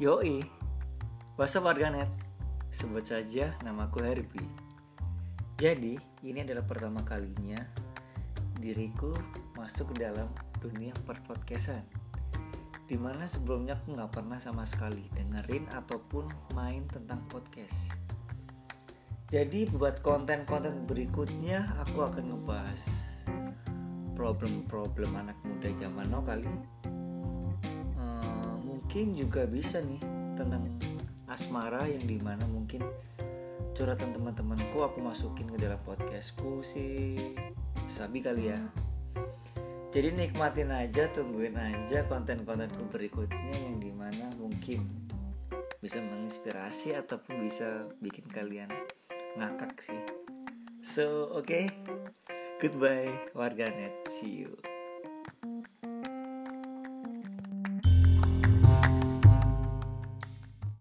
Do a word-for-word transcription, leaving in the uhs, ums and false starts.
Yoi, what's up warganet? Sebut saja namaku Herbie. Jadi, ini adalah pertama kalinya diriku masuk ke dalam dunia perpodcastan, dimana sebelumnya aku gak pernah sama sekali dengerin ataupun main tentang podcast. Jadi buat konten-konten berikutnya aku akan ngebahas problem-problem anak muda zaman now kali. uh, Mungkin juga bisa nih tentang asmara, yang dimana mungkin curhatan teman-temanku aku masukin ke dalam podcastku sih. Sabi kali ya. Jadi nikmatin aja, tungguin aja konten-kontenku berikutnya, yang dimana mungkin bisa menginspirasi ataupun bisa bikin kalian ngakak sih. So oke, okay. Goodbye warganet, see you.